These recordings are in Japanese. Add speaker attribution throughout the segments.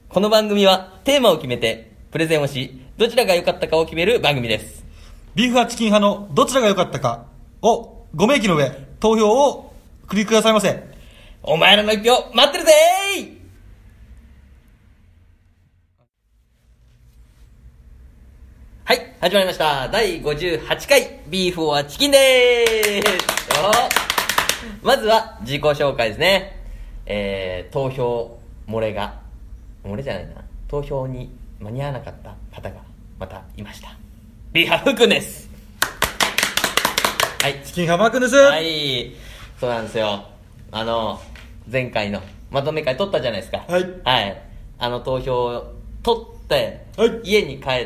Speaker 1: この番組はテーマを決めてプレゼンをし、どちらが良かったかを決める番組です。
Speaker 2: ビーフ派チキン派のどちらが良かったかをご明記の上、投票をクリックくださいませ。
Speaker 1: お前らの一票待ってるぜー。はい、始まりました。第58回ビーフはチキンでーす。まずは自己紹介ですね。投票漏れじゃないな。投票に間に合わなかった方がまたいました。ビーハフくんです。はい。
Speaker 2: チキン派マー君です。
Speaker 1: はい。そうなんですよ。前回のまとめ会取ったじゃないですか。
Speaker 2: はい。
Speaker 1: はい。投票取って、
Speaker 2: はい。
Speaker 1: 家に帰って、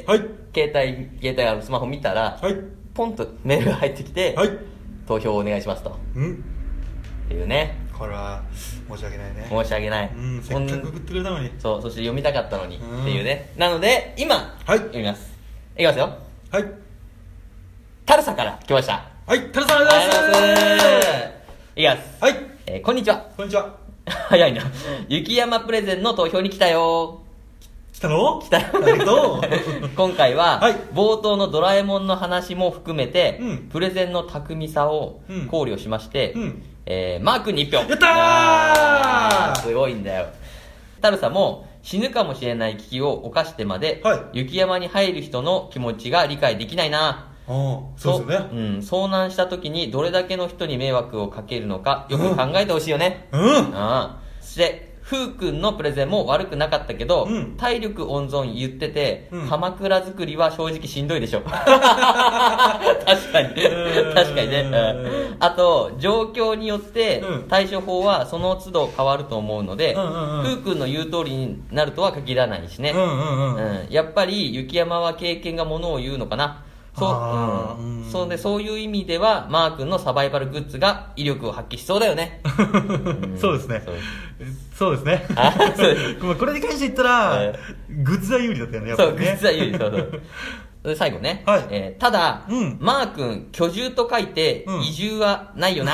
Speaker 2: はい。
Speaker 1: 携帯スマホ見たら、
Speaker 2: はい。
Speaker 1: ポンとメールが入ってきて、
Speaker 2: はい。
Speaker 1: 投票をお願いしますと。っていうね。
Speaker 2: これは申し訳ないね。
Speaker 1: 申し訳ない。
Speaker 2: せっかく送ってくれたのに。
Speaker 1: そう、そして読みたかったのにっていうね。なので、今、
Speaker 2: はい。
Speaker 1: 読みます。いきますよ。
Speaker 2: はい。
Speaker 1: タルサから来ました。
Speaker 2: はい、タルさんありがとうございます。
Speaker 1: いきます。
Speaker 2: はい。
Speaker 1: こんにちは。
Speaker 2: こんにちは。
Speaker 1: 早いな。雪山プレゼンの投票に来たよ。
Speaker 2: 来たの？
Speaker 1: 来た。
Speaker 2: ありがとう。
Speaker 1: 今回は、
Speaker 2: はい、
Speaker 1: 冒頭のドラえもんの話も含めて、
Speaker 2: うん、
Speaker 1: プレゼンの巧みさを考慮しまして、マー君に1票。
Speaker 2: やったー！
Speaker 1: すごいんだよ。タルサも死ぬかもしれない危機を冒してまで、
Speaker 2: はい、
Speaker 1: 雪山に入る人の気持ちが理解できないな。
Speaker 2: そうですよね。
Speaker 1: 遭難した時にどれだけの人に迷惑をかけるのかよく考えてほしいよね。そしてふうくんのプレゼンも悪くなかったけど、体力温存言ってて、鎌倉作りは正直しんどいでしょ。確かに確かにね。あと状況によって対処法はその都度変わると思うので、ふうくんの言う通りになるとは限らないしね。やっぱり雪山は経験がものを言うのかな。そういう意味ではマー君のサバイバルグッズが威力を発揮しそうだよね。
Speaker 2: そうですね。そうですね。これに関して言ったら、グッズは有利だったよね、やっぱりね。
Speaker 1: そう、グッズは有利。そうで最後ね、ただ、マー君居住と書いて、移住はないよな。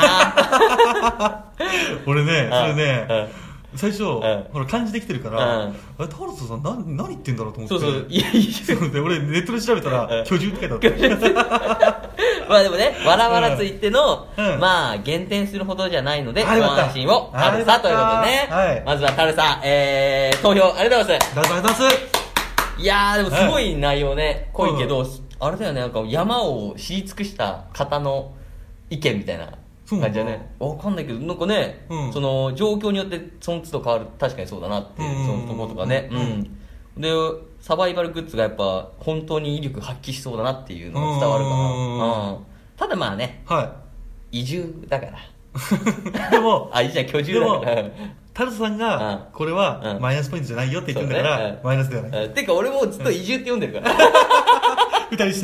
Speaker 2: 俺ね、それね、最初、ほら漢字できてるから、タルトさん何言ってんだろうと思って。そうで俺ネットで調べたら居住って書いてあった。
Speaker 1: まあでもね、わらわらついての、まあ減点するほどじゃないので、ご安心を。タルサということでね、まずはタルサ、投票ありがとうございます。
Speaker 2: ありがとうございます。
Speaker 1: いやーでもすごい内容ね、濃いけど、あれだよね、なんか山を知り尽くした方の意見みたいな感じだね。わかんないけど、なんかね、その状況によってその都度変わる。確かにそうだなっていう、そのところとかね。で、サバイバルグッズがやっぱ本当に威力発揮しそうだなっていうのが伝わるから。ただまあね、移住だから。
Speaker 2: でも、
Speaker 1: 居住だから。
Speaker 2: タルトさんが、これはマイナスポイントじゃないよって言ってるんだから、マイナスではない。
Speaker 1: てか俺もずっと移住って読んでるから。
Speaker 2: 二人して。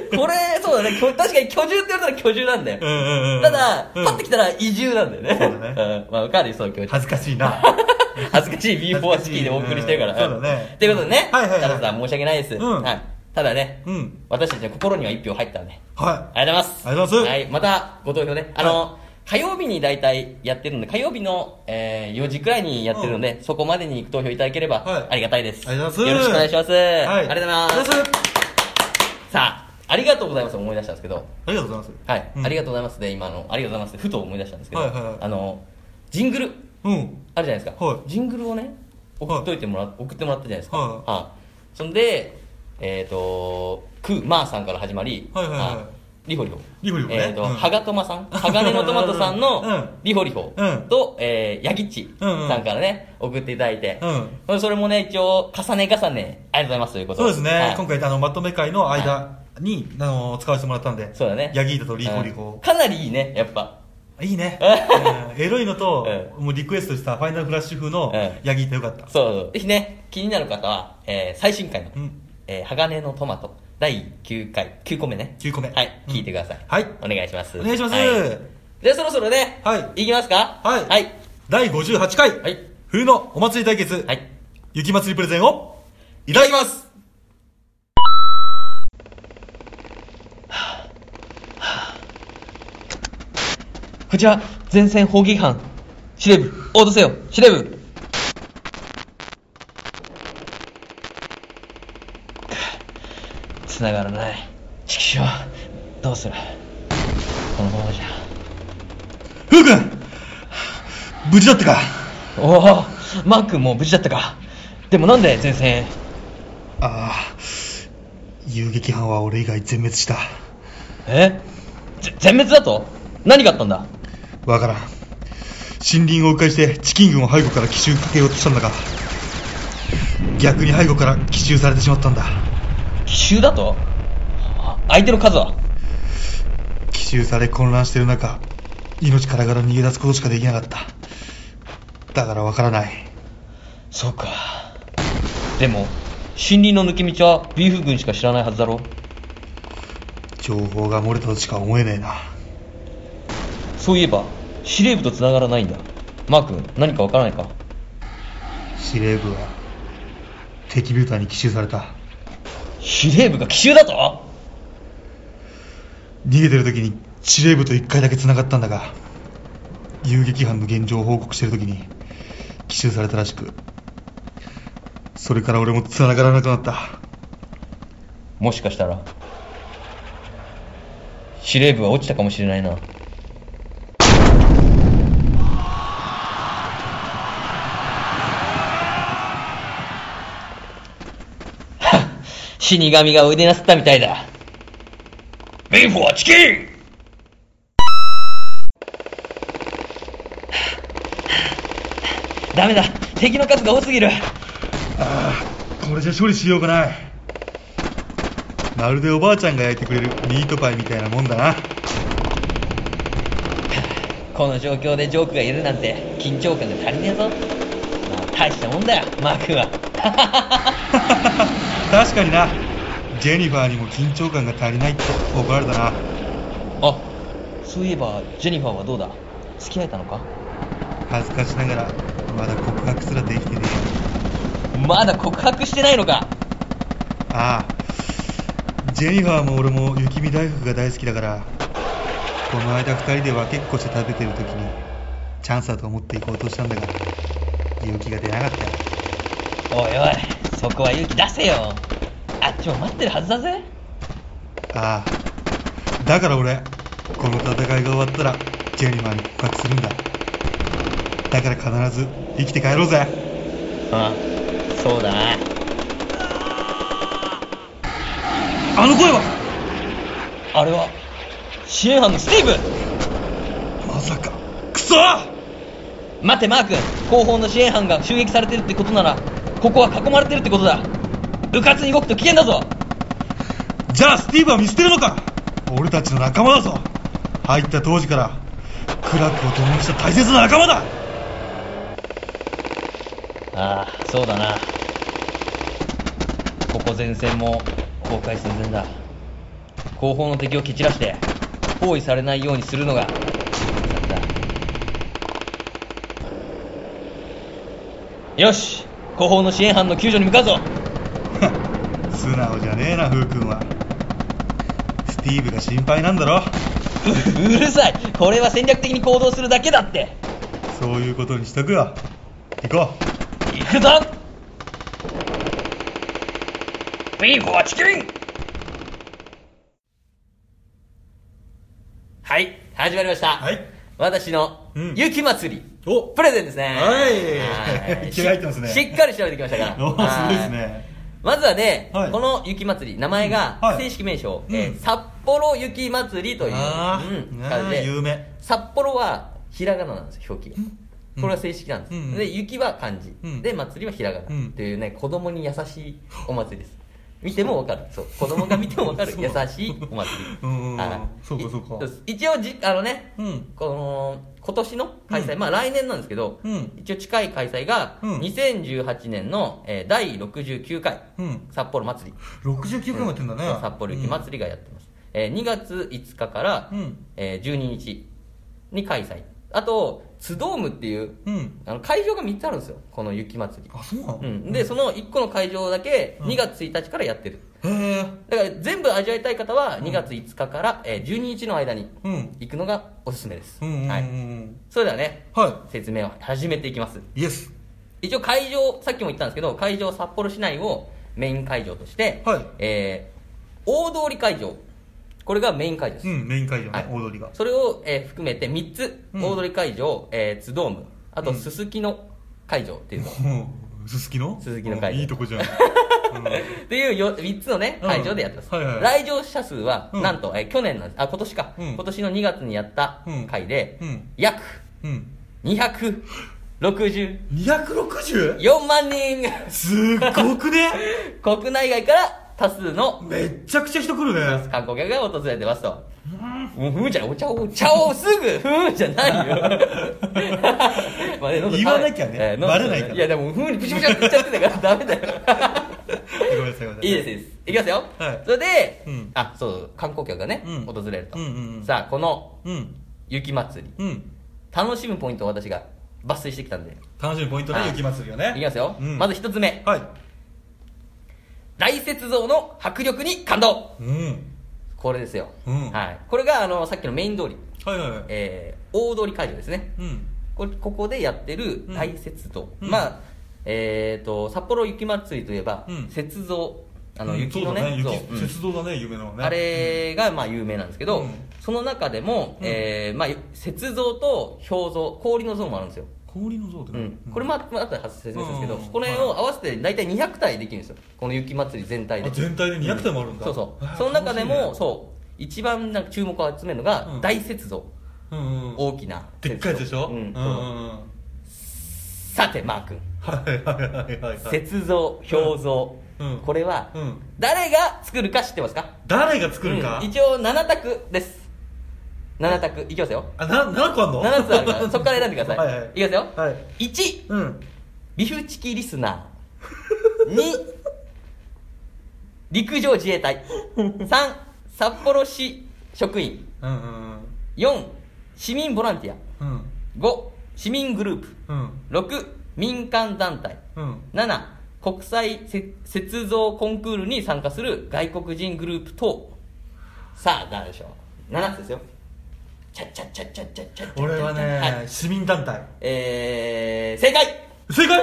Speaker 1: これ、そうだね。確かに居住って言われたら居住なんだよ。ただ、パッてきたら移住なんだよね。
Speaker 2: そうだね。
Speaker 1: まあ、わかるよ、そう、居住。
Speaker 2: 恥ずかしいな。
Speaker 1: 恥ずかしい B4 チキンでお送りしてるから。
Speaker 2: そうだね。
Speaker 1: ということでね、タルトさん申し訳ないです。ただね、
Speaker 2: うん
Speaker 1: 私たちの心には1票入ったので、
Speaker 2: はい。
Speaker 1: ありがとうございます。
Speaker 2: ありがとうございます。
Speaker 1: はい、またご投票ね。火曜日に大体やってるので、火曜日の、4時くらいにやってるので、そこまでに投票いただければありがたいです。
Speaker 2: ありがとうございます。
Speaker 1: よろしくお願いします。
Speaker 2: はい。
Speaker 1: ありがとうございます。さあ、ありがとうございます思い出したんですけど、
Speaker 2: ありがとうございます。
Speaker 1: はい、ありがとうございますで、今ありがとうございますふと思い出したんですけど、
Speaker 2: はいはいはい、
Speaker 1: ジングル、あるじゃないですか、
Speaker 2: はい、
Speaker 1: ジングルをね、送ってもらったじゃないですか。
Speaker 2: はい、
Speaker 1: そんで、マーさんから始まり、リホリホ。ハガトマさん、鋼のトマトさんのリホリホと、ヤギッチさんからね、送っていただいて、それもね、一応、重ね、ありがとうございますということで。
Speaker 2: そうですね、今回、まとめ会の間に、使わせてもらったんで、
Speaker 1: そうだね。
Speaker 2: ヤギータとリホリホ。
Speaker 1: かなりいいね、やっぱ。
Speaker 2: いいね。エロいのと、もうリクエストしたファイナルフラッシュ風のヤギータよかった。
Speaker 1: そう。ぜひね、気になる方は、最新回の、鋼のトマト。第9回、9個目ね。
Speaker 2: 9個目。
Speaker 1: はい。聞いてください。
Speaker 2: はい。
Speaker 1: お願いします。
Speaker 2: お願いします。
Speaker 1: じゃあそろそろね。
Speaker 2: はい。
Speaker 1: いきますか？
Speaker 2: はい。はい。第58回。はい。冬のお祭り対決。はい。雪祭りプレゼンを、いただきます。
Speaker 1: こちら、前線砲撃班。司令部、応答せよ。司令部。 繋がらない。ちくしょう、どうする。このままじゃ。
Speaker 2: ふうくん、無事だったか。
Speaker 1: おお、マー君も無事だったか。でもなんで前線へ。
Speaker 2: ああ、遊撃班は俺以外全滅した。
Speaker 1: 全滅だと？何があったんだ？
Speaker 2: わからん。森林を迂回してチキン軍を背後から奇襲かけようとしたんだが、逆に背後から奇襲されてしまったんだ。
Speaker 1: 奇襲だと？相手の数は？
Speaker 2: 奇襲され混乱している中、命からがら逃げ出すことしかできなかった。だからわからない。
Speaker 1: そうか。でも森林の抜け道はビーフ軍しか知らないはずだろ。
Speaker 2: 情報が漏れたとしか思えねえな。
Speaker 1: そういえば司令部と繋がらないんだ。マー君、何かわからないか？
Speaker 2: 司令部は敵ビューターに奇襲された。
Speaker 1: 司令部が奇襲だと？
Speaker 2: 逃げてる時に司令部と1回だけ繋がったんだが、遊撃班の現状を報告してる時に奇襲されたらしく、それから俺も繋がらなくなった。
Speaker 1: もしかしたら司令部は落ちたかもしれないな。死神がおいでなすったみたいだ。ビーフはチキン。ダメだ、敵の数が多すぎる。
Speaker 2: これじゃ処理しようがない。まるでおばあちゃんが焼いてくれるミートパイみたいなもんだな。
Speaker 1: この状況でジョークがいるなんて緊張感が足りねえぞ。まあ大したもんだよ、マー君は。
Speaker 2: 確かにな。ジェニファーにも緊張感が足りないって怒られたな。
Speaker 1: あ、そういえばジェニファーはどうだ？付き合えたのか？
Speaker 2: 恥ずかしながらまだ告白すらできてね
Speaker 1: え。まだ告白してないのか？
Speaker 2: ああ、ジェニファーも俺も雪見大福が大好きだから、この間2人で分けっこして食べてる時にチャンスだと思って行こうとしたんだが、勇気が出なかったよ。
Speaker 1: おいおい、そこは勇気出せよ。あっちも待ってるはずだぜ。
Speaker 2: ああ、だから俺この戦いが終わったらジェニファーに告白するんだ。だから必ず生きて帰ろうぜ。
Speaker 1: ああ、そうだな。
Speaker 2: あの声は？
Speaker 1: あれは支援班のスティーブ。
Speaker 2: まさか。クソ！
Speaker 1: 待てマー君、後方の支援班が襲撃されてるってことなら、ここは囲まれてるってことだ。迂闊に動くと危険だぞ。
Speaker 2: じゃあスティーブは見捨てるのか？俺たちの仲間だぞ。入った当時から苦楽を共にした大切な仲間だ。
Speaker 1: ああ、そうだな。ここ前線も崩壊寸前だ。後方の敵を蹴散らして包囲されないようにするのが先だ。よし、後方の支援班の救助に向かうぞ。
Speaker 2: 素直じゃねえな、フー君は。スティーブが心配なんだろ。
Speaker 1: うるさい。これは戦略的に行動するだけだって。
Speaker 2: そういうことにしとくよ。行こう。
Speaker 1: 行くぞ。ビーフはチキン。はい、始まりました。
Speaker 2: はい。
Speaker 1: 私の雪祭り、プレゼンですね。
Speaker 2: はい。気合入ってますね。
Speaker 1: しっかり調べてきましたから。
Speaker 2: おー、すごいですね。
Speaker 1: まずはね、
Speaker 2: はい、
Speaker 1: この雪祭り、名前が正式名称、札幌雪祭りという感じで、
Speaker 2: 有名。
Speaker 1: 札幌はひらがななんですよ、表記が。これは正式なんです。で、雪は漢字、で、祭りはひらがなっていうね、子供に優しいお祭りです。見てもわかる。そう。子供が見てもわかる。優しいお祭り。
Speaker 2: そうかそうか。
Speaker 1: 一応今年の開催、まあ来年なんですけど、一応近い開催が、2018年の第69回、札幌祭り。
Speaker 2: 69回もやってんだね。
Speaker 1: 札幌雪祭りがやってます。2月5日から12日に開催。あと、ツドームっていう、会場が3つあるんですよ、この雪祭り。
Speaker 2: あ、そうなの？
Speaker 1: で、その1個の会場だけ2月1日からやってる。だから全部味わいたい方は2月5日から12日の間に行くのがおすすめです。はい。それではね、説明を始めていきます。
Speaker 2: イエス。
Speaker 1: 一応会場、さっきも言ったんですけど、会場札幌市内をメイン会場として、 大通会場、これがメイン会場です。
Speaker 2: メイン会場ね、
Speaker 1: はい
Speaker 2: 大通りが。
Speaker 1: それを、含めて3つ、大通会場、津ドーム、あとすすきの会場っていうの、
Speaker 2: すすきの
Speaker 1: 会場
Speaker 2: いいとこじゃん。
Speaker 1: っていう3つのね、会場でやってます。来場者数は、なんと、去年なんです。今年か。今年の2月にやった回で、約、260。264万人
Speaker 2: すっごくね
Speaker 1: 国内外から多数の
Speaker 2: めっちゃくちゃ人来るね
Speaker 1: 観光客が訪れてますと。じゃない、お茶をすぐじゃないよまあね、
Speaker 2: 言わなきゃね、バレないから。
Speaker 1: いやでもにプチプチって言っちゃってたからダメだよ
Speaker 2: ごめんなさい。
Speaker 1: いいですいいです。いきますよ、それで、そう観光客がね、訪れると、さあこの雪祭り、楽しむポイントを私が抜粋してきたんで。
Speaker 2: 楽しみポイントね、雪祭りよね。
Speaker 1: いきますよ、まず一つ目、大雪像の迫力に感動、これですよ、これがさっきのメイン通り、大通会場ですね、ここでやってる大雪像、まあ札幌雪祭りといえば、雪像、雪のね、
Speaker 2: 雪像だね、有名なのね。
Speaker 1: あれがまあ有名なんですけど、その中でも雪像と氷像、氷の像もあるんですよ。
Speaker 2: 氷の像ってね、
Speaker 1: これも後で説明するんですけど、これを合わせて大体200体できるんですよ、この雪祭り全体で。
Speaker 2: 全体で200体もあるんだ。
Speaker 1: そうそう、その中でもそう一番なんか注目を集めるのが大雪像、大きな
Speaker 2: でっかいやつでしょ。
Speaker 1: さてマー君、雪像、氷像、これは誰が作るか知ってますか？
Speaker 2: 誰が作るか、
Speaker 1: 一応7択です。7択いきますよ。
Speaker 2: 7個あんの
Speaker 1: ？7つあるからそこから選んでください。いきますよ。1、ビフチキリスナー。2、陸上自衛隊。3、札幌市職員。4、市民ボランティア。5、市民グループ。6、民間団体。7、国際雪像コンクールに参加する外国人グループ等。さあ誰でしょう。7つですよ。
Speaker 2: 俺はね、市民団体。
Speaker 1: 正解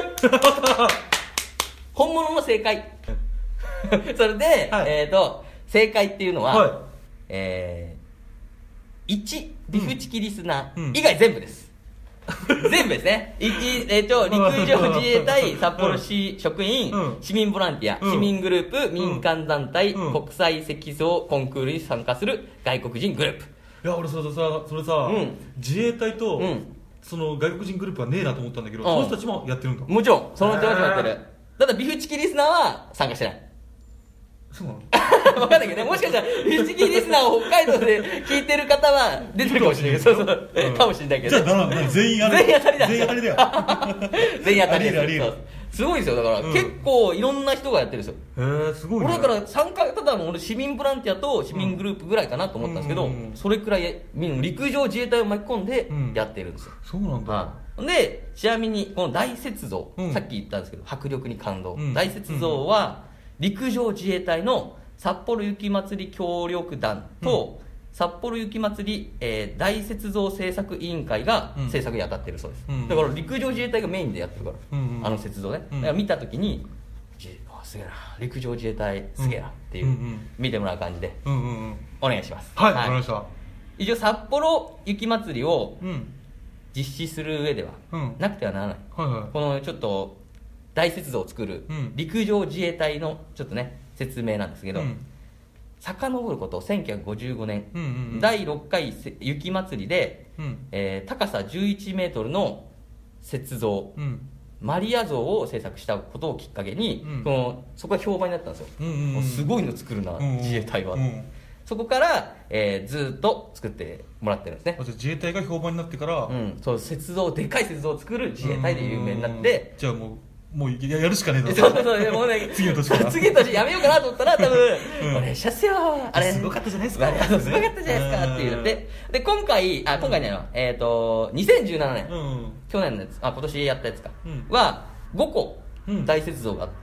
Speaker 1: 本物の正解それで、正解っていうのは、1、ビフチキリスナー以外全部です。全部ですね。陸上自衛隊、札幌市職員、市民ボランティア、市民グループ、民間団体、国際雪像コンクールに参加する外国人グループ。
Speaker 2: いや俺それさ、自衛隊と、その外国人グループはねえなと思ったんだけど、その人たちもやってるんだ。
Speaker 1: もちろんその人たちもやってる。ただビフチキリスナーは参加してない。
Speaker 2: そうなの
Speaker 1: 分かんないけどね、もしかしたらビフチキリスナーを北海道で聞いてる方は出てるかもしれないけど、そうかもしれないけど、
Speaker 2: じゃあ全員当たりだ。全員当たりだよ。
Speaker 1: 全員当たりです。すごいですよ。だから結構いろんな人がやってるんですよ。
Speaker 2: すごいね。
Speaker 1: 俺だから参加、ただ俺市民ボランティアと市民グループぐらいかなと思ったんですけど、それくらい陸上自衛隊を巻き込んでやってるんですよ。
Speaker 2: そうなんだ。
Speaker 1: でちなみにこの大雪像、さっき言ったんですけど迫力に感動、大雪像は陸上自衛隊の札幌雪まつり協力団と、札幌雪まつり、大雪像製作委員会が制作に当たってるそうです、だから陸上自衛隊がメインでやってるから、あの雪像ね、だから見た時にすげえな、陸上自衛隊すげえなっていう、見てもらう感じで、お願いします。
Speaker 2: はい、わかりました。
Speaker 1: 一応札幌雪まつりを実施する上ではなくてはならない、このちょっと大雪像を作る陸上自衛隊のちょっとね説明なんですけど、遡ること1955年、第6回雪まつりで、高さ11メートルの雪像、マリア像を制作したことをきっかけに、そこが評判になったんですよ、すごいの作るな、自衛隊は、そこから、ずっと作ってもらってるんですね。
Speaker 2: 自衛隊が評判になってから、
Speaker 1: そう雪像、でかい雪像を作る自衛隊で有名になって、
Speaker 2: じゃあもうやるしかねえだろ。
Speaker 1: そうもうね、次の年やめようかなと思ったら多分お願いしますよ、あれ
Speaker 2: すごかったじゃないですか、
Speaker 1: すごかったじゃないですかって言って、で今回ね、2017年、去年のやつ、今年やったやつかは5個大雪像があって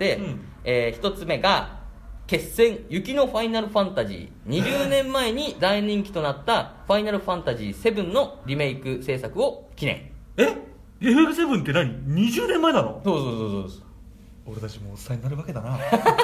Speaker 1: 、1つ目が決戦雪のファイナルファンタジー、20年前に大人気となったファイナルファンタジー7のリメイク制作を記念。
Speaker 2: FF7 って何？20年前なの？
Speaker 1: そう
Speaker 2: 俺たちもおっさんになるわけだな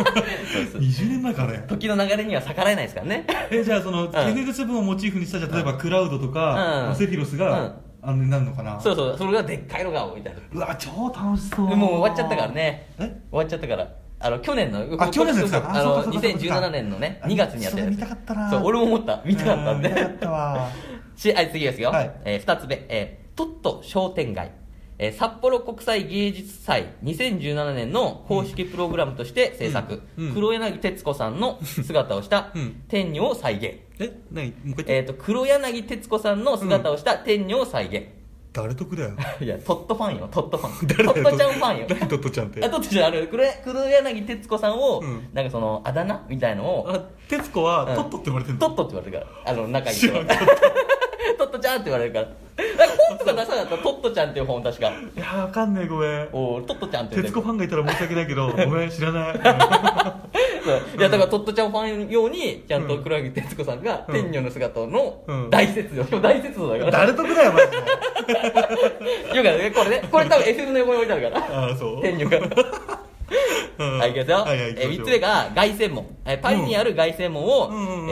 Speaker 2: 20年前からね。
Speaker 1: 時の流れには逆らえないですからね。
Speaker 2: じゃあその FF7 をモチーフにしたじゃ例えばクラウドとかセフィロスがあれになるのかな。
Speaker 1: そうそう、それがでっかいのがみたいな。
Speaker 2: うわ超楽しそう。
Speaker 1: もう終わっちゃったからね。終わっちゃったから。去年の
Speaker 2: 去年ですか。
Speaker 1: 2017年のね2月にやって
Speaker 2: る。それ見たかったな。
Speaker 1: そう俺も思った。見たかったんで。
Speaker 2: 見たかったわ。
Speaker 1: 次ですよ。2つ目、トット商店街。札幌国際芸術祭2017年の公式プログラムとして制作、黒柳徹子さんの姿をした天女を再現。黒柳徹子さんの姿をした天女を再現。
Speaker 2: 誰得だよ。
Speaker 1: いやトットファンよ、トットファン。トットちゃんファンよ。
Speaker 2: 何トットちゃんって。
Speaker 1: トットちゃん黒柳徹子さんをなんかそのあだ名みたいのを。
Speaker 2: 徹子はトットって言われてるの。
Speaker 1: トットって言われてるから仲いい人は。トットちゃんって言われるから。本とか出さなかったらトットちゃんっていう本確か。
Speaker 2: いやわかんねえごめん。
Speaker 1: トットちゃんって言
Speaker 2: 徹子ファンがいたら申し訳ないけどごめん知らない。
Speaker 1: いやだからトットちゃんファン用にちゃんと黒柳徹子さんが天女の姿の大雪像、大雪像だから
Speaker 2: 誰得だよマジで。
Speaker 1: よくあるねこれね、これ多分 FM の横に置いてあるから。
Speaker 2: ああそう
Speaker 1: 天女が。はい、いきますよ。3つ目が凱旋門。パリにある凱旋門を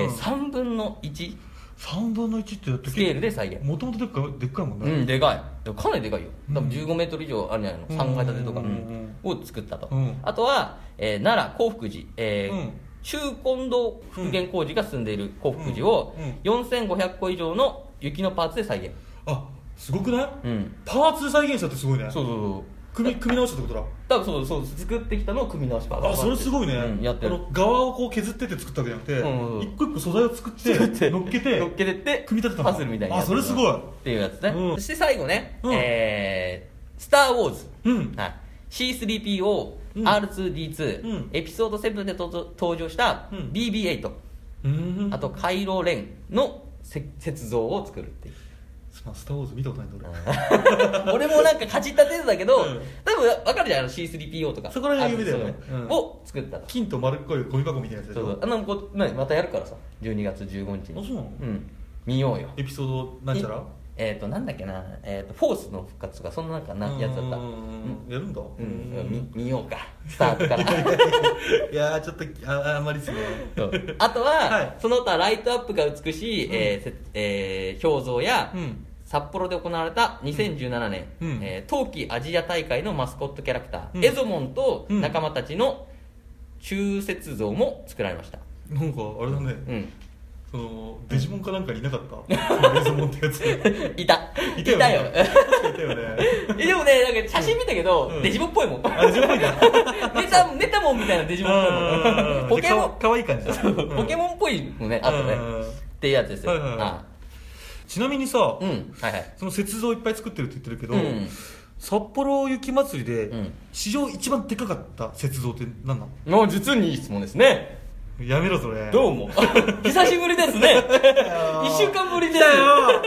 Speaker 1: 3分の1。
Speaker 2: 3分の1ってだって
Speaker 1: スケールで再現。
Speaker 2: もともとでっかいもんね。
Speaker 1: でかい。でもかなりでかいよ。多分15メートル以上あるんじゃないの。3階建てとかを作ったと。あとは奈良興福寺、中近道復元工事が進んでいる興福寺を4500個以上の雪のパーツで再現。
Speaker 2: あ、すごくない？パーツで再現したってすごいね。そうそうそう。組み直したってことだ。
Speaker 1: 多分そう作ってきたのを組み直しパーツ。
Speaker 2: それすごいね。
Speaker 1: やってる。
Speaker 2: 側をこう削ってて作ったわけじゃなくて、一個一個素材を作って乗っけて
Speaker 1: って
Speaker 2: 組み立てた
Speaker 1: パズルみたいな。
Speaker 2: それすごい。
Speaker 1: っていうやつね。そして最後ね、スターウォーズ、C3PO、R2D2、エピソード7で登場した BB8、あとカイロレンの雪像を作るっていう。
Speaker 2: スターウォーズ見たことないんだ
Speaker 1: 俺。俺もなんかかじった程度だけど、多分分かるじゃん、C3PO とか。
Speaker 2: そこら辺有名だよね。
Speaker 1: を作ったと。
Speaker 2: 金と丸っこいゴミ箱みたいなやつでしょ。
Speaker 1: またやるからさ、12月15日に。
Speaker 2: そうなの？
Speaker 1: 見ようよ。
Speaker 2: エピソードなんちゃら？
Speaker 1: なんだっけな、フォースの復活とかそんななんかやつだった。
Speaker 2: やるんだ。
Speaker 1: 見ようか、スタートから。
Speaker 2: いやちょっとあんまりですね。
Speaker 1: あとはその他ライトアップが美しい表像や札幌で行われた2017年冬季アジア大会のマスコットキャラクターエゾモンと仲間たちの中雪像も作られました。
Speaker 2: なんかあれだね、そのデジモンかなんかにいなかったエゾモンってやつ。
Speaker 1: いたよね。でもね、なんか写真見たけどデジモンっぽいもん。
Speaker 2: デジモンっぽいな。
Speaker 1: ネタモンみたいなデジモンっぽいもん。ポケモン
Speaker 2: かわいい感じだ。
Speaker 1: ポケモンっぽいもんね、あとねっていうやつですよ。
Speaker 2: ちなみにさ、その雪像いっぱい作ってるって言ってるけど、札幌雪まつりで史上一番でかかった雪像って何なの？
Speaker 1: もう実にいい質問ですね。
Speaker 2: やめろそれ。
Speaker 1: どうも久しぶりですね。1週間ぶりですよ。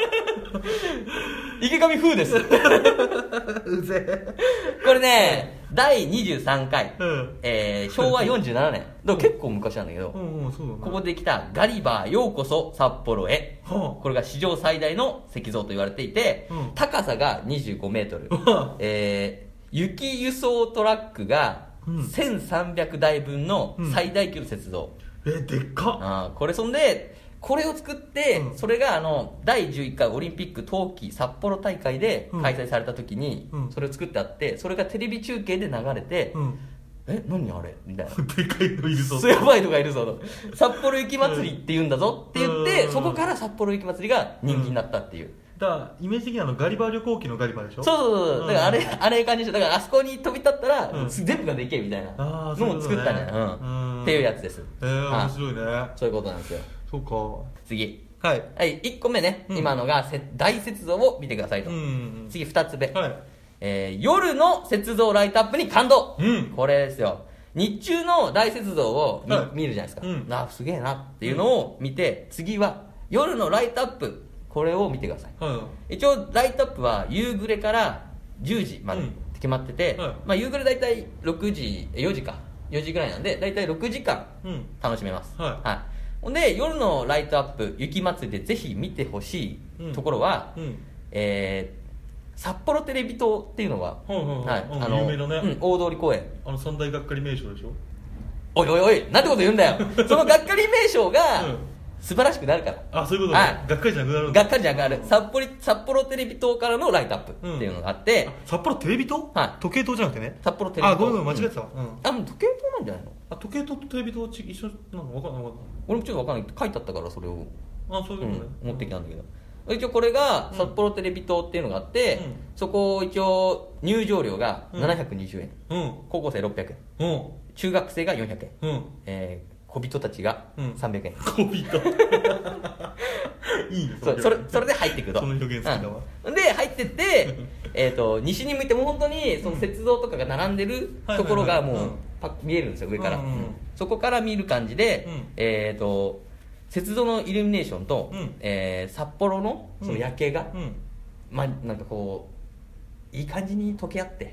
Speaker 1: 池上風です。
Speaker 2: うぜ
Speaker 1: これね、第23回、昭和47年だから結構昔なんだけど、ここで来たガリバーようこそ札幌へ、これが史上最大の石像と言われていて、高さが25メートル、雪輸送トラックが1300台分の最大級の雪像。
Speaker 2: でっか
Speaker 1: っ。これそんでこれを作って、それが第11回オリンピック冬季札幌大会で開催された時に、それを作ってあって、それがテレビ中継で流れて、何あれみたいな。
Speaker 2: でかいのいるぞ。
Speaker 1: やばいのがいるぞと。札幌雪まつりって言うんだぞって言って、そこから札幌雪まつりが人気になったっていう。
Speaker 2: だからイメージ的にガリバー旅行記のガリバーでしょ。
Speaker 1: そうだからあれ感じでしょ。だからあそこに飛び立ったら、全部ができるみたいなのを作ったね。っていうやつです。
Speaker 2: 面白いね。
Speaker 1: そういうことなんですよ。
Speaker 2: そうか。
Speaker 1: 次。1個目ね、今のが大雪像を見てくださいと。次2つ目。夜の雪像ライトアップに感動。これですよ。日中の大雪像を見るじゃないですか。すげえなっていうのを見て、次は夜のライトアップ。これを見てください。一応ライトアップは夕暮れから10時まで決まってて、夕暮れだいたい4時ぐらいなんで、だいたい6時間楽しめます。ほんで夜のライトアップ雪まつりでぜひ見てほしいところは、 札幌テレビ塔っていうのが、
Speaker 2: 有名なね、
Speaker 1: 大通公園、
Speaker 2: 三大がっかり名称でしょ。
Speaker 1: おいおいおい、なんてこと言うんだよそのがっかり名称が素晴らしくなるから。
Speaker 2: あ、そういうことね。がっかりじゃなくなるん
Speaker 1: だ。がっかりじゃなくなる。札幌テレビ塔からのライトアップっていうのがあって、
Speaker 2: 札幌テレビ塔、時計塔じゃなくてね。
Speaker 1: 札幌テレビ塔。
Speaker 2: あ、ごめん間違えてたわ。
Speaker 1: もう時計塔なんじゃないの。
Speaker 2: 時計塔とテレビ塔一緒なの分かんない。
Speaker 1: 俺もちょっと分かんない、書いてあったからそれを
Speaker 2: そういうことね、
Speaker 1: 持ってきたんだけど、一応これが札幌テレビ塔っていうのがあって、そこ一応入場料が720円、高校生600円、中学生が400円、小人たちが300円、
Speaker 2: 小人いいね。
Speaker 1: それで入っていくと。
Speaker 2: その表現好きだわ。
Speaker 1: で入ってって西に向いてもう本当にその雪像とかが並んでるところがもう見えるんですよ、上から。そこから見る感じで、雪像のイルミネーションと、札幌のその夜景が、なんかこういい感じに溶け合って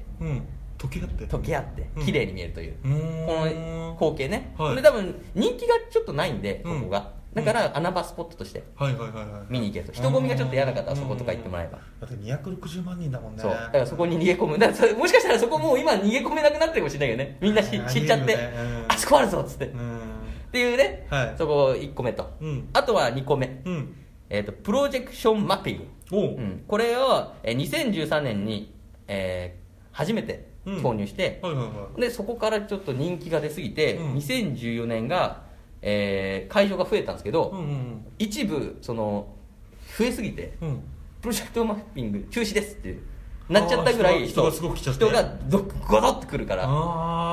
Speaker 1: 綺麗に見えるというこの光景ね。で多分人気がちょっとないんで、ここがだから穴場スポットとして見に行けると。人混みがちょっと嫌な方はそことか行ってもらえば。
Speaker 2: だって260万人だもんね。
Speaker 1: そうだからそこに逃げ込む。だからもしかしたらそこもう今逃げ込めなくなってるかもしれないけどね。みんな知っちゃって、あそこあるぞっつってっていうね。そこ1個目と、あとは2個目、プロジェクションマッピング。これを2013年に初めて投入して、でそこからちょっと人気が出すぎて、2014年が会場が増えたんですけど、一部その増えすぎて、プロジェクトマッピング中止ですってなっちゃったぐらい人がゴドッとくるから。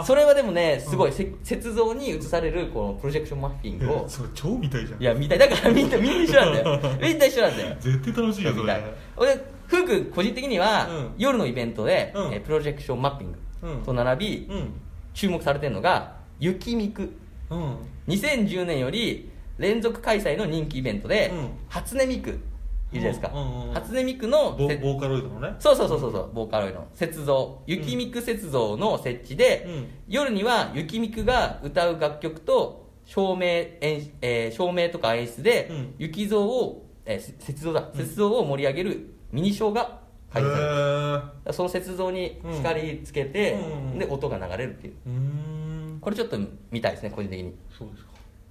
Speaker 1: それはでもねすごい雪像に映されるこのプロジェクションマッピングを
Speaker 2: それ超見たいじゃん。
Speaker 1: いや見たいだからみんな一緒なんだよみんな一緒なんだよ。
Speaker 2: 絶対楽しいよそれ。
Speaker 1: 俺ふうくん個人的には、夜のイベントで、プロジェクションマッピングと並び、注目されてるのが雪ミク。2010年より連続開催の人気イベントで、初音ミクいるじゃないですか。初音ミクの
Speaker 2: ボーカロイドのね。
Speaker 1: そうボーカロイドの雪像、雪ミク雪像の設置で、夜には雪ミクが歌う楽曲と照明とか演出で、雪像を雪像を盛り上げるミニショーが開催される。その雪像に光つけて、で音が流れるっていう。これちょっと見たいですね個人的に。
Speaker 2: そうですか。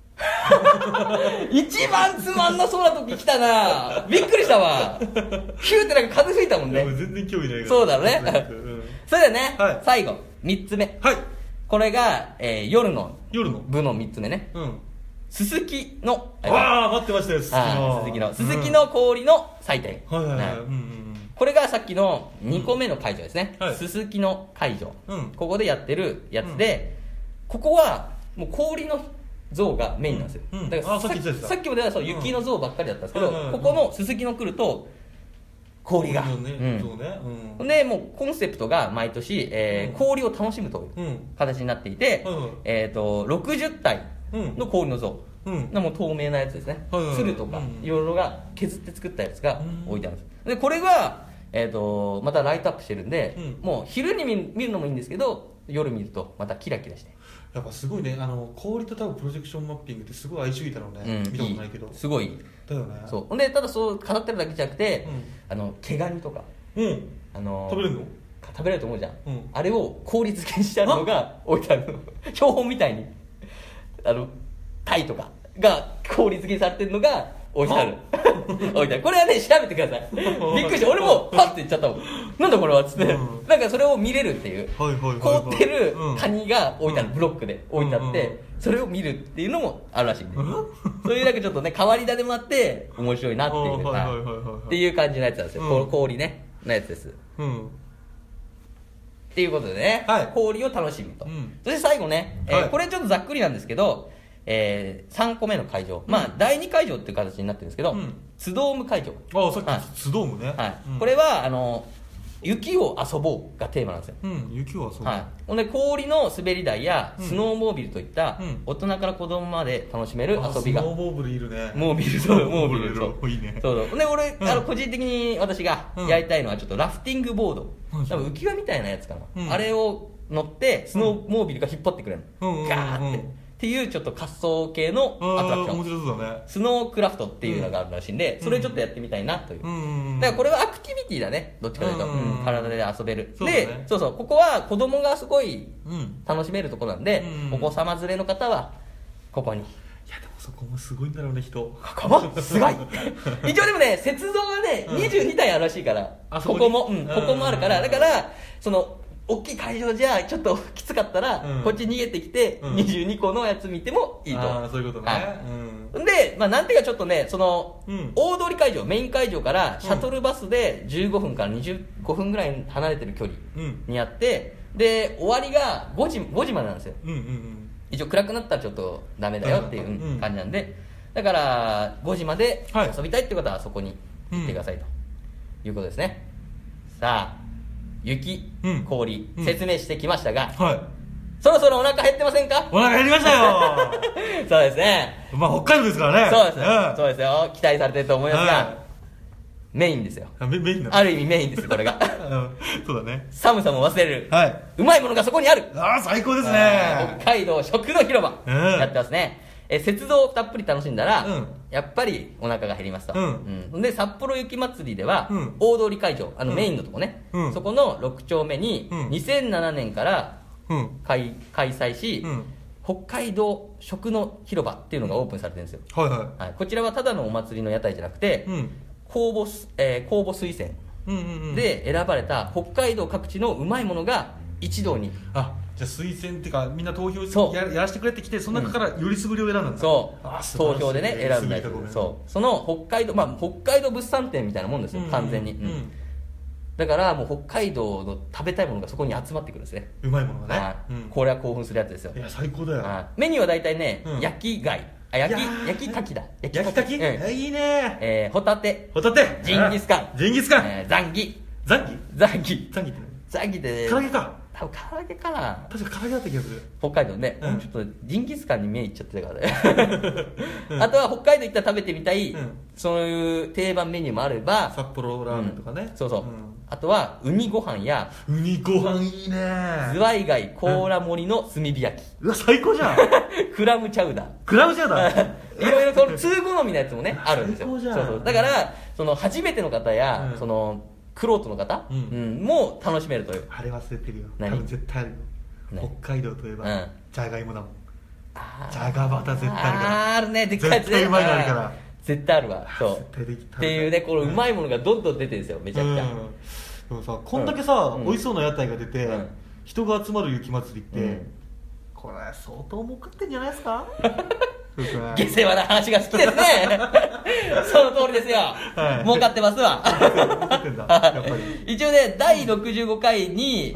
Speaker 1: 一番つまんなそうな時来たな。びっくりしたわ。ヒューってなんか風吹いたもんね。
Speaker 2: 全然興味ないから。
Speaker 1: そうだろうね。それでね、最後3つ目。これが夜の部の3つ目ね。すすきの。
Speaker 2: 待ってましたよ。
Speaker 1: すすきの氷の祭典。これがさっきの2個目の会場ですね。すすきの会場。ここでやってるやつで、ここはもう氷の像がメインなんですよ。だからさっきまでは雪の像ばっかりだったんですけど、ここのすすきの来ると氷が。でもうコンセプトが毎年氷を楽しむという形になっていて、60体の氷の像。もう透明なやつですね。鶴とかいろいろが削って作ったやつが置いてあるんです。でこれがまたライトアップしてるんで、もう昼に見るのもいいんですけど、夜見るとまたキラキラして。
Speaker 2: やっぱすごいね。氷と多分プロジェクションマッピングってすごい相性いいだろうね。見たことないけど
Speaker 1: すごい
Speaker 2: だよね。
Speaker 1: そうで、ただそう飾ってるだけじゃなくて、毛ガニとか
Speaker 2: 食べれるの？
Speaker 1: 食べれると思うじゃん。あれを氷漬けにしてあるのが置いてあるの。標本みたいにタイとかが氷漬けにされてるのが置いてある。置いてある。これはね調べてください。びっくりした。俺もパッて言っちゃったもん。なんだこれはっつって、なんかそれを見れるっていう、凍ってるカニが置いてある、ブロックで置いてあって、それを見るっていうのもあるらしいんで、そういうなんかちょっとね変わり種もあって面白いなっていうっていう感じのやつなんですよ。氷ねのやつです。っていうことでね、氷を楽しむと。そして最後ね、これちょっとざっくりなんですけど、3個目の会場、第2会場っていう形になってるんですけど、ツドーム会場。
Speaker 2: さっきツドームね。
Speaker 1: これは雪を遊ぼうがテーマなんですよ。
Speaker 2: 雪を遊ぼう。
Speaker 1: ほんで氷の滑り台やスノーモービルといった大人から子供まで楽しめる遊びが。
Speaker 2: スノーモービルいるね。
Speaker 1: モービルそういいね。そうで俺個人的に私がやりたいのはちょっとラフティングボード、多分浮き輪みたいなやつかな。あれを乗ってスノーモービルが引っ張ってくれるの。ガーって。 っていうちょっと滑走系のアトラクション、
Speaker 2: 面白そうだね。
Speaker 1: スノークラフトっていうのがあるらしいんで、それちょっとやってみたいなという、だからこれはアクティビティだね、どっちかというと、体で遊べる。で、そうそう、ここは子供がすごい楽しめるところなんで、お子様連れの方はここに。
Speaker 2: いやでもそこもすごいんだろうね、人。
Speaker 1: ここもすごい一応でもね、雪像がね、22体あるらしいから、ここも、ここもあるから、だからその大きい会場じゃちょっときつかったら、こっち逃げてきて、22個のやつ見てもいいと。
Speaker 2: ああ、そういうことね。
Speaker 1: で、まあなんていうかちょっとね、その、大通会場、メイン会場からシャトルバスで15分から25分ぐらい離れてる距離にあって、で、終わりが5時までなんですよ。一応暗くなったらちょっとダメだよっていう感じなんで、だから5時まで遊びたいって方はそこに行ってくださいということですね。さあ、雪、氷、説明してきましたが、そろそろお腹減ってませんか？
Speaker 2: お腹減りましたよ
Speaker 1: そうですね。
Speaker 2: まあ北海道ですからね。
Speaker 1: そうですよ。そうですよ。期待されてると思いますが、メインですよ。
Speaker 2: メイン
Speaker 1: ある意味メインです、これが。
Speaker 2: そうだね。
Speaker 1: 寒さも忘れる。うまいものがそこにある。
Speaker 2: ああ、最高ですね。
Speaker 1: 北海道食の広場。やってますね。雪像をたっぷり楽しんだら、やっぱりお腹が減りますと。で、札幌雪まつりでは、大通会場、メインのとこね、そこの6丁目に、2007年から開催し、北海道食の広場っていうのがオープンされてるんですよ。こちらはただのお祭りの屋台じゃなくて、公募推薦で選ばれた北海道各地のうまいものが一堂に。
Speaker 2: じゃあ推薦っていうか、みんな投票やらせてくれってきて、その中からよりすぐりを選んだんだ。
Speaker 1: そう投票でね選んだり、その北海道、北海道物産展みたいなもんですよ、完全に。だからもう北海道の食べたいものがそこに集まってくるんですね。
Speaker 2: うまいものがね。
Speaker 1: これは興奮するやつですよ。
Speaker 2: いや最高だよ。
Speaker 1: メニューは大体ね、焼き貝、焼き牡蠣だ。
Speaker 2: 焼き牡蠣、いいね。
Speaker 1: ホタテ、
Speaker 2: ジ
Speaker 1: ンギスカン、ザンギって
Speaker 2: 唐揚げか。
Speaker 1: 多分唐揚げかな。
Speaker 2: 確か唐揚げだった気がする。
Speaker 1: 北海道ね、ちょっとジンギスカンに目いっちゃってたからねあとは北海道行ったら食べてみたい、そういう定番メニューもあれば、
Speaker 2: 札幌ラーメンとかね。
Speaker 1: あとはウニご飯や、
Speaker 2: ウニご飯いいね。
Speaker 1: ズワイガイ甲羅盛りの炭火焼き、
Speaker 2: うわ最高じゃん
Speaker 1: クラムチャウダ
Speaker 2: ー
Speaker 1: いろいろその通好みのやつもねあるんですよ。だからその初めての方や、そのクロートの方、も楽しめるという。
Speaker 2: あれ忘れてるよ。多分絶対あるよ。北海道といえばじゃがいもだもん。じゃがバタ絶対あるから。
Speaker 1: あるね、でっかいやつね。
Speaker 2: 絶対うまいのあるから。
Speaker 1: 絶対あるわ。そうっていうね、このうまいものがどんどん出てるんですよ、めちゃくちゃ。
Speaker 2: でもさ、こんだけさ、美味しそうな屋台が出て人が集まる雪まつりって、これ相当儲かってんじゃないですか。
Speaker 1: 下世話な話が好きですねその通りですよ、儲かってますわ一応ね、第65回に、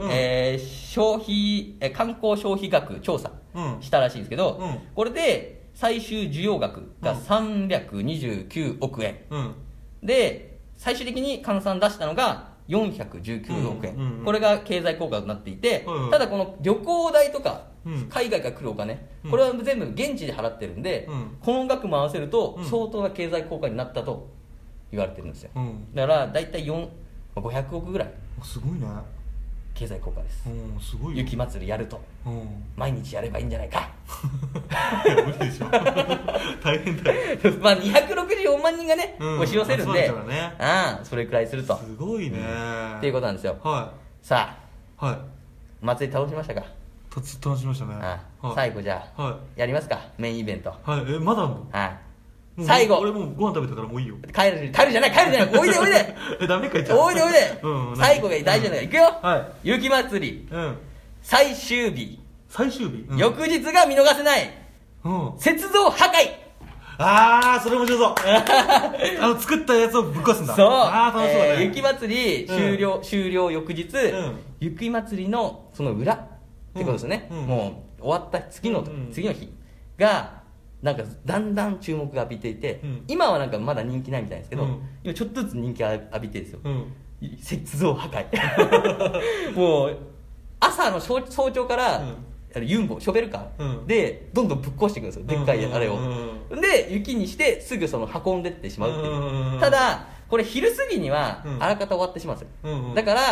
Speaker 1: 観光消費額調査したらしいんですけど、これで最終需要額が329億円、で最終的に換算出したのが419億円、これが経済効果になっていて、ただこの旅行代とか海外から来るお金、これは全部現地で払ってるんで、この額も合わせると相当な経済効果になったと言われてるんですよ。だから大体500億ぐらい
Speaker 2: すごいね、
Speaker 1: 経済効果です。
Speaker 2: すごいよ。
Speaker 1: 雪まつりやると毎日やればいいんじゃないか
Speaker 2: 無理でしょ大変だよ
Speaker 1: まあ264万人がね押し寄せるんで、それくらいすると。
Speaker 2: すごいね
Speaker 1: っていうことなんですよ。さあ、祭り楽しみましたか？
Speaker 2: 楽しみましたね。
Speaker 1: 最後じゃあやりますか、メインイベント。
Speaker 2: まだあんの？
Speaker 1: 最後
Speaker 2: 俺もうご飯食べたからもういいよ。
Speaker 1: 帰るじゃないおいで
Speaker 2: ダメかいちゃう。
Speaker 1: おいで最後が大事なんだからいくよ。雪まつり最終日、翌日が見逃せない雪像破壊。
Speaker 2: それ面白そう作ったやつをぶっ壊すんだ。
Speaker 1: そう、雪まつり終了翌日、雪まつりのその裏ってことですよね。もう終わった次の日がなんかだんだん注目が浴びていて、今はなんかまだ人気ないみたいですけど、今ちょっとずつ人気浴びてるんですよ。雪像破壊もう朝の早朝からユンボショベルカーでどんどんぶっ壊していくんですよ、でっかいあれを。で雪にしてすぐその運んでってしまうっていう。ただこれ昼過ぎにはあらかた終わってしまうんですよ。だから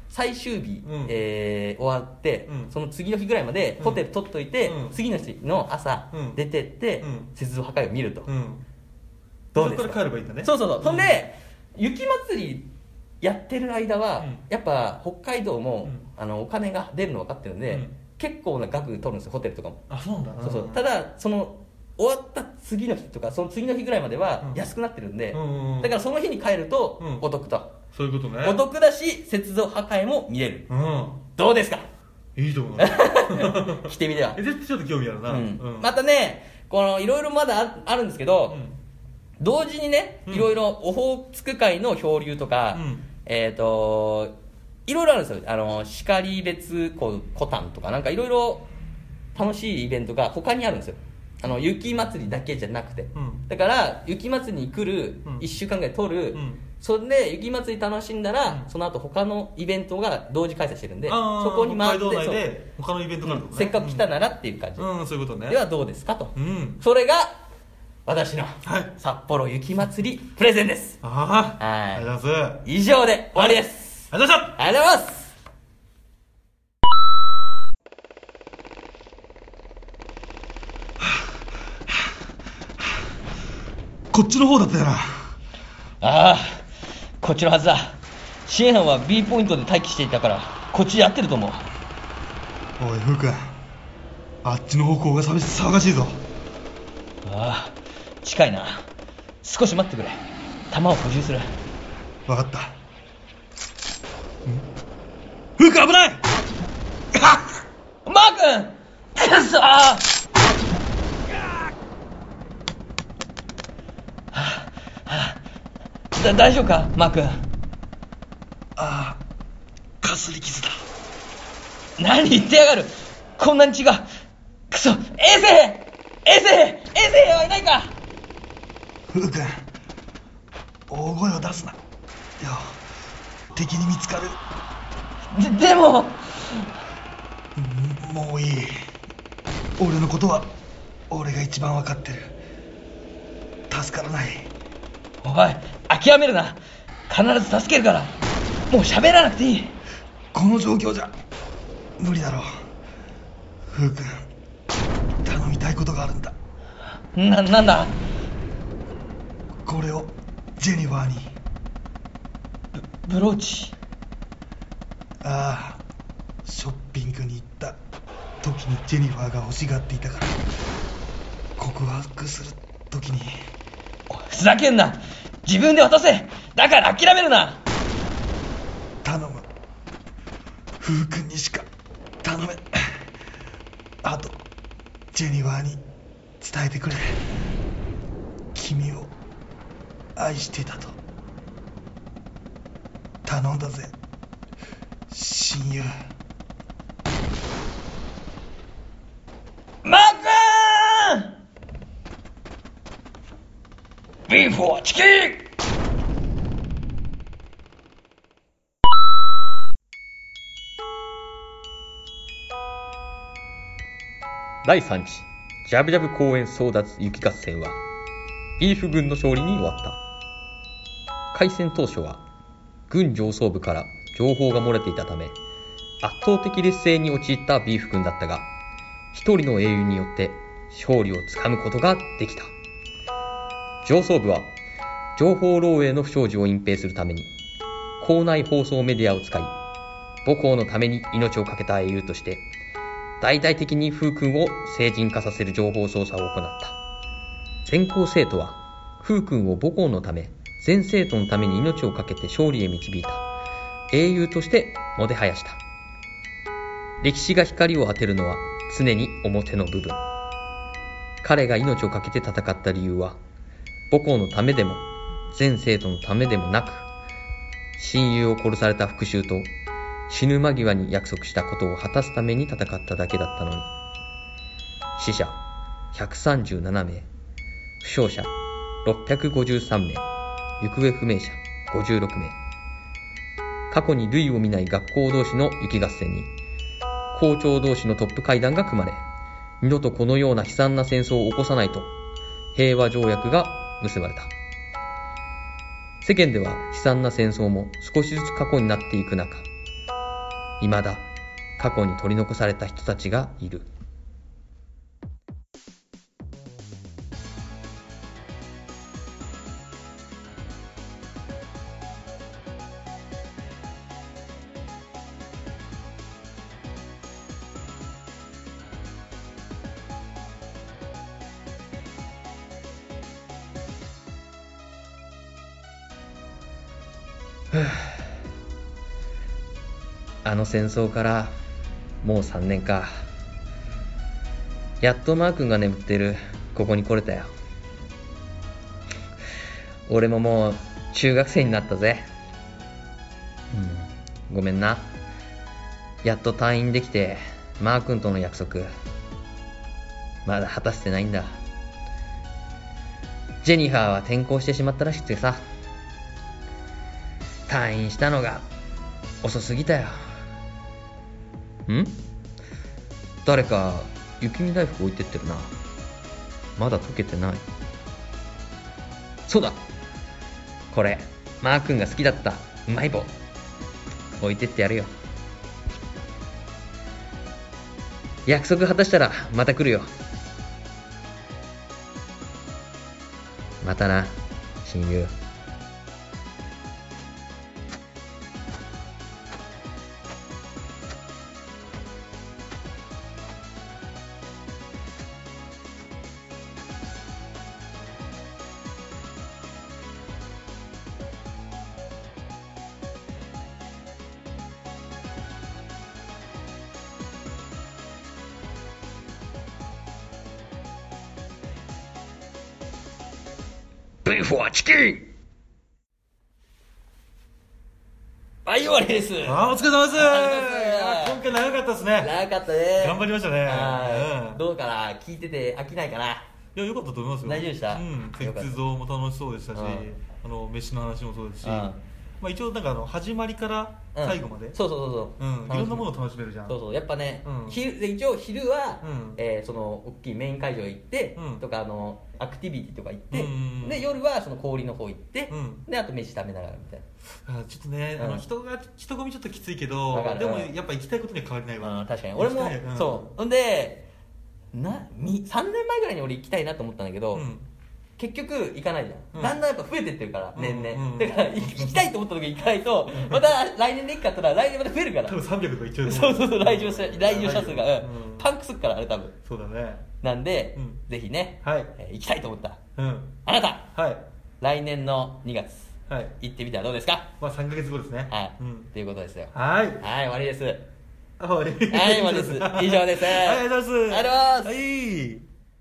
Speaker 1: 最終日、終わって、その次の日ぐらいまでホテル取っといて、次の日の朝、出てって、雪像破壊を見ると、どうですか。
Speaker 2: そこから帰ればいいんだね。
Speaker 1: そうそんで雪祭りやってる間は、やっぱ北海道も、お金が出るの分かってるんで、結構な額取るんですよ、ホテルとかも。
Speaker 2: そうだな。
Speaker 1: ただその終わった次の日とかその次の日ぐらいまでは安くなってるんで、だからその日に帰るとお得と、
Speaker 2: そういうことね。
Speaker 1: お得だし雪像破壊も見れる、どうですか。
Speaker 2: いいと思う。
Speaker 1: 来てみては。
Speaker 2: 絶対ちょっと興味あるな。
Speaker 1: またね、このいろいろまだあるんですけど、同時にね、いろいろオホーツク海の漂流とか、いろいろあるんですよ。然別湖丹とかなんかいろいろ楽しいイベントが他にあるんですよ。雪祭りだけじゃなくて、だから雪祭りに来る1週間ぐらい取る、それで雪祭り楽しんだら、その後他のイベントが同時開催してるんで、そこに回って、
Speaker 2: 北海道内で他のイベントがあるってことね。
Speaker 1: せっかく来たならっていう感じ、
Speaker 2: そういうことね。
Speaker 1: ではどうですかと、それが私の札幌雪祭りプレゼンです。
Speaker 2: ありがとうございます。
Speaker 1: 以上で終わりです。
Speaker 2: ありがとうございました。
Speaker 1: ありがとうございます。
Speaker 2: こっちの方だったよな。
Speaker 1: こっちのはずだ。支援班は B ポイントで待機していたからこっちでやってると思う。
Speaker 2: おいフー君、あっちの方向が騒がしいぞ。
Speaker 1: 近いな。少し待ってくれ。弾を補充する。
Speaker 2: 分かった。フー君危ない。
Speaker 1: マー君、くそ大丈夫かマー君。
Speaker 2: かすり傷だ。
Speaker 1: 何言ってやがる。こんなに血が。くそ。衛生はいないか。
Speaker 2: フー君、大声を出すなよ。敵に見つかる。
Speaker 1: でも
Speaker 2: もういい。俺のことは俺が一番分かってる。助からない。
Speaker 1: おい諦めるな。必ず助けるから。もう喋らなくていい。
Speaker 2: この状況じゃ無理だろう。フー君、頼みたいことがあるんだ。
Speaker 1: なんだ。
Speaker 2: これをジェニファーに。
Speaker 1: ブローチ。
Speaker 2: ショッピングに行った時にジェニファーが欲しがっていたから、告白する時に。
Speaker 1: ふざけんな。自分で渡せ。だから諦めるな。
Speaker 2: 頼む。フー君にしか頼め。あとジェニファーに伝えてくれ。君を愛していたと。頼んだぜ親友。
Speaker 1: マー君、B4 チキン。第3次ジャブジャブ公園争奪雪合戦はビーフ軍の勝利に終わった。開戦当初は軍上層部から情報が漏れていたため圧倒的劣勢に陥ったビーフ軍だったが、一人の英雄によって勝利をつかむことができた。上層部は情報漏洩の不祥事を隠蔽するために校内放送メディアを使い、母校のために命を懸けた英雄として大々的に風君を成人化させる情報操作を行った。全校生徒は風君を母校のため、全生徒のために命を懸けて勝利へ導いた英雄としてもてはやした。歴史が光を当てるのは常に表の部分。彼が命を懸けて戦った理由は母校のためでも全生徒のためでもなく、親友を殺された復讐と死ぬ間際に約束したことを果たすために戦っただけだったのに。死者137名、負傷者653名、行方不明者56名。過去に類を見ない学校同士の雪合戦に校長同士のトップ会談が組まれ、二度とこのような悲惨な戦争を起こさないと平和条約が結ばれた。世間では悲惨な戦争も少しずつ過去になっていく中、 未だ過去に取り残された人たちがいる。あの戦争からもう3年か。やっとマー君が眠ってるここに来れたよ。俺ももう中学生になったぜ。ごめんな。やっと退院できてマー君との約束まだ果たしてないんだ。ジェニファーは転校してしまったらしくてさ、退院したのが遅すぎたよ。誰か雪見大福置いてってるな。まだ溶けてない。そうだ、これマー君が好きだったうまい棒置いてってやるよ。約束果たしたらまた来るよ。またな、親友。V for チキン。はい、終わりです。
Speaker 2: お疲れ様です。今回長かったですね。
Speaker 1: 長かったね。
Speaker 2: 頑張りましたね。
Speaker 1: どうかな、聞いてて飽きないかな。
Speaker 2: いや、良かったと思いますよ。
Speaker 1: 大丈夫でした。
Speaker 2: 鉄道も楽しそうでしたし、飯の話もそうですし、一応なんか始まりから最後まで、
Speaker 1: そう
Speaker 2: いろんなものを楽しめるじゃん。
Speaker 1: そうやっぱね、一応昼はその大きいメイン会場行ってとか、アクティビティとか行って、で夜はその氷の方行って、であと飯食べながらみたいな。
Speaker 2: ちょっとね、人混みちょっときついけど、でもやっぱ行きたいことには変わりないわ。
Speaker 1: 確かに俺もそうほんで3年前ぐらいに俺行きたいなと思ったんだけど、結局行かないじゃん、だんだんやっぱ増えてってるから年々、だから行きたいと思った時行かないとまた来年で行くかったら来年また増えるから、
Speaker 2: 多分300とかいっちゃう。
Speaker 1: そう来場者数がパンクするからあれ多分。
Speaker 2: そうだね。
Speaker 1: なんでぜひね行きたいと思ったあなた、来年の2月行ってみたらどうですか。
Speaker 2: 3ヶ月後ですね。
Speaker 1: ということですよ。
Speaker 2: はい
Speaker 1: 終わりです。
Speaker 2: 終わり
Speaker 1: です。以上です。
Speaker 2: ありがとうございます。
Speaker 1: ありがとうございます。
Speaker 2: はい。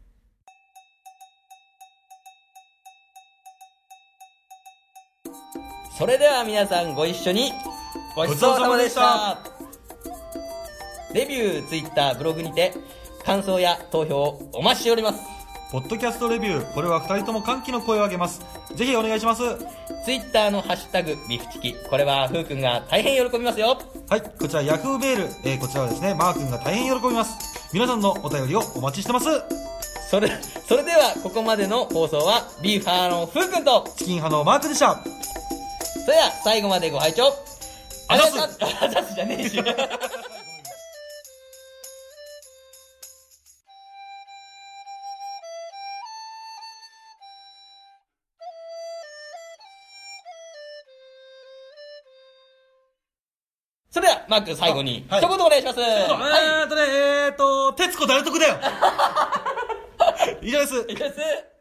Speaker 1: それでは皆さんご一緒にごちそうさまでした。レビュー、ツイッター、ブログにて感想や投票をお待ちしております。
Speaker 2: ポッドキャストレビュー、これは2人とも歓喜の声を上げます。ぜひお願いします。
Speaker 1: ツイッターのハッシュタグビフチキ、これはふうくんが大変喜びますよ。
Speaker 2: はい、こちらヤフーメール、こちらはですねマーくんが大変喜びます。皆さんのお便りをお待ちしてます。
Speaker 1: それではここまでの放送はビーフ派のふうくんと
Speaker 2: チキン派のマーくんでした。
Speaker 1: それでは最後までご拝聴
Speaker 2: あざす
Speaker 1: じゃねえしそれではマー君最後に一言お願いします。
Speaker 2: 徹子誰得だよ以上です。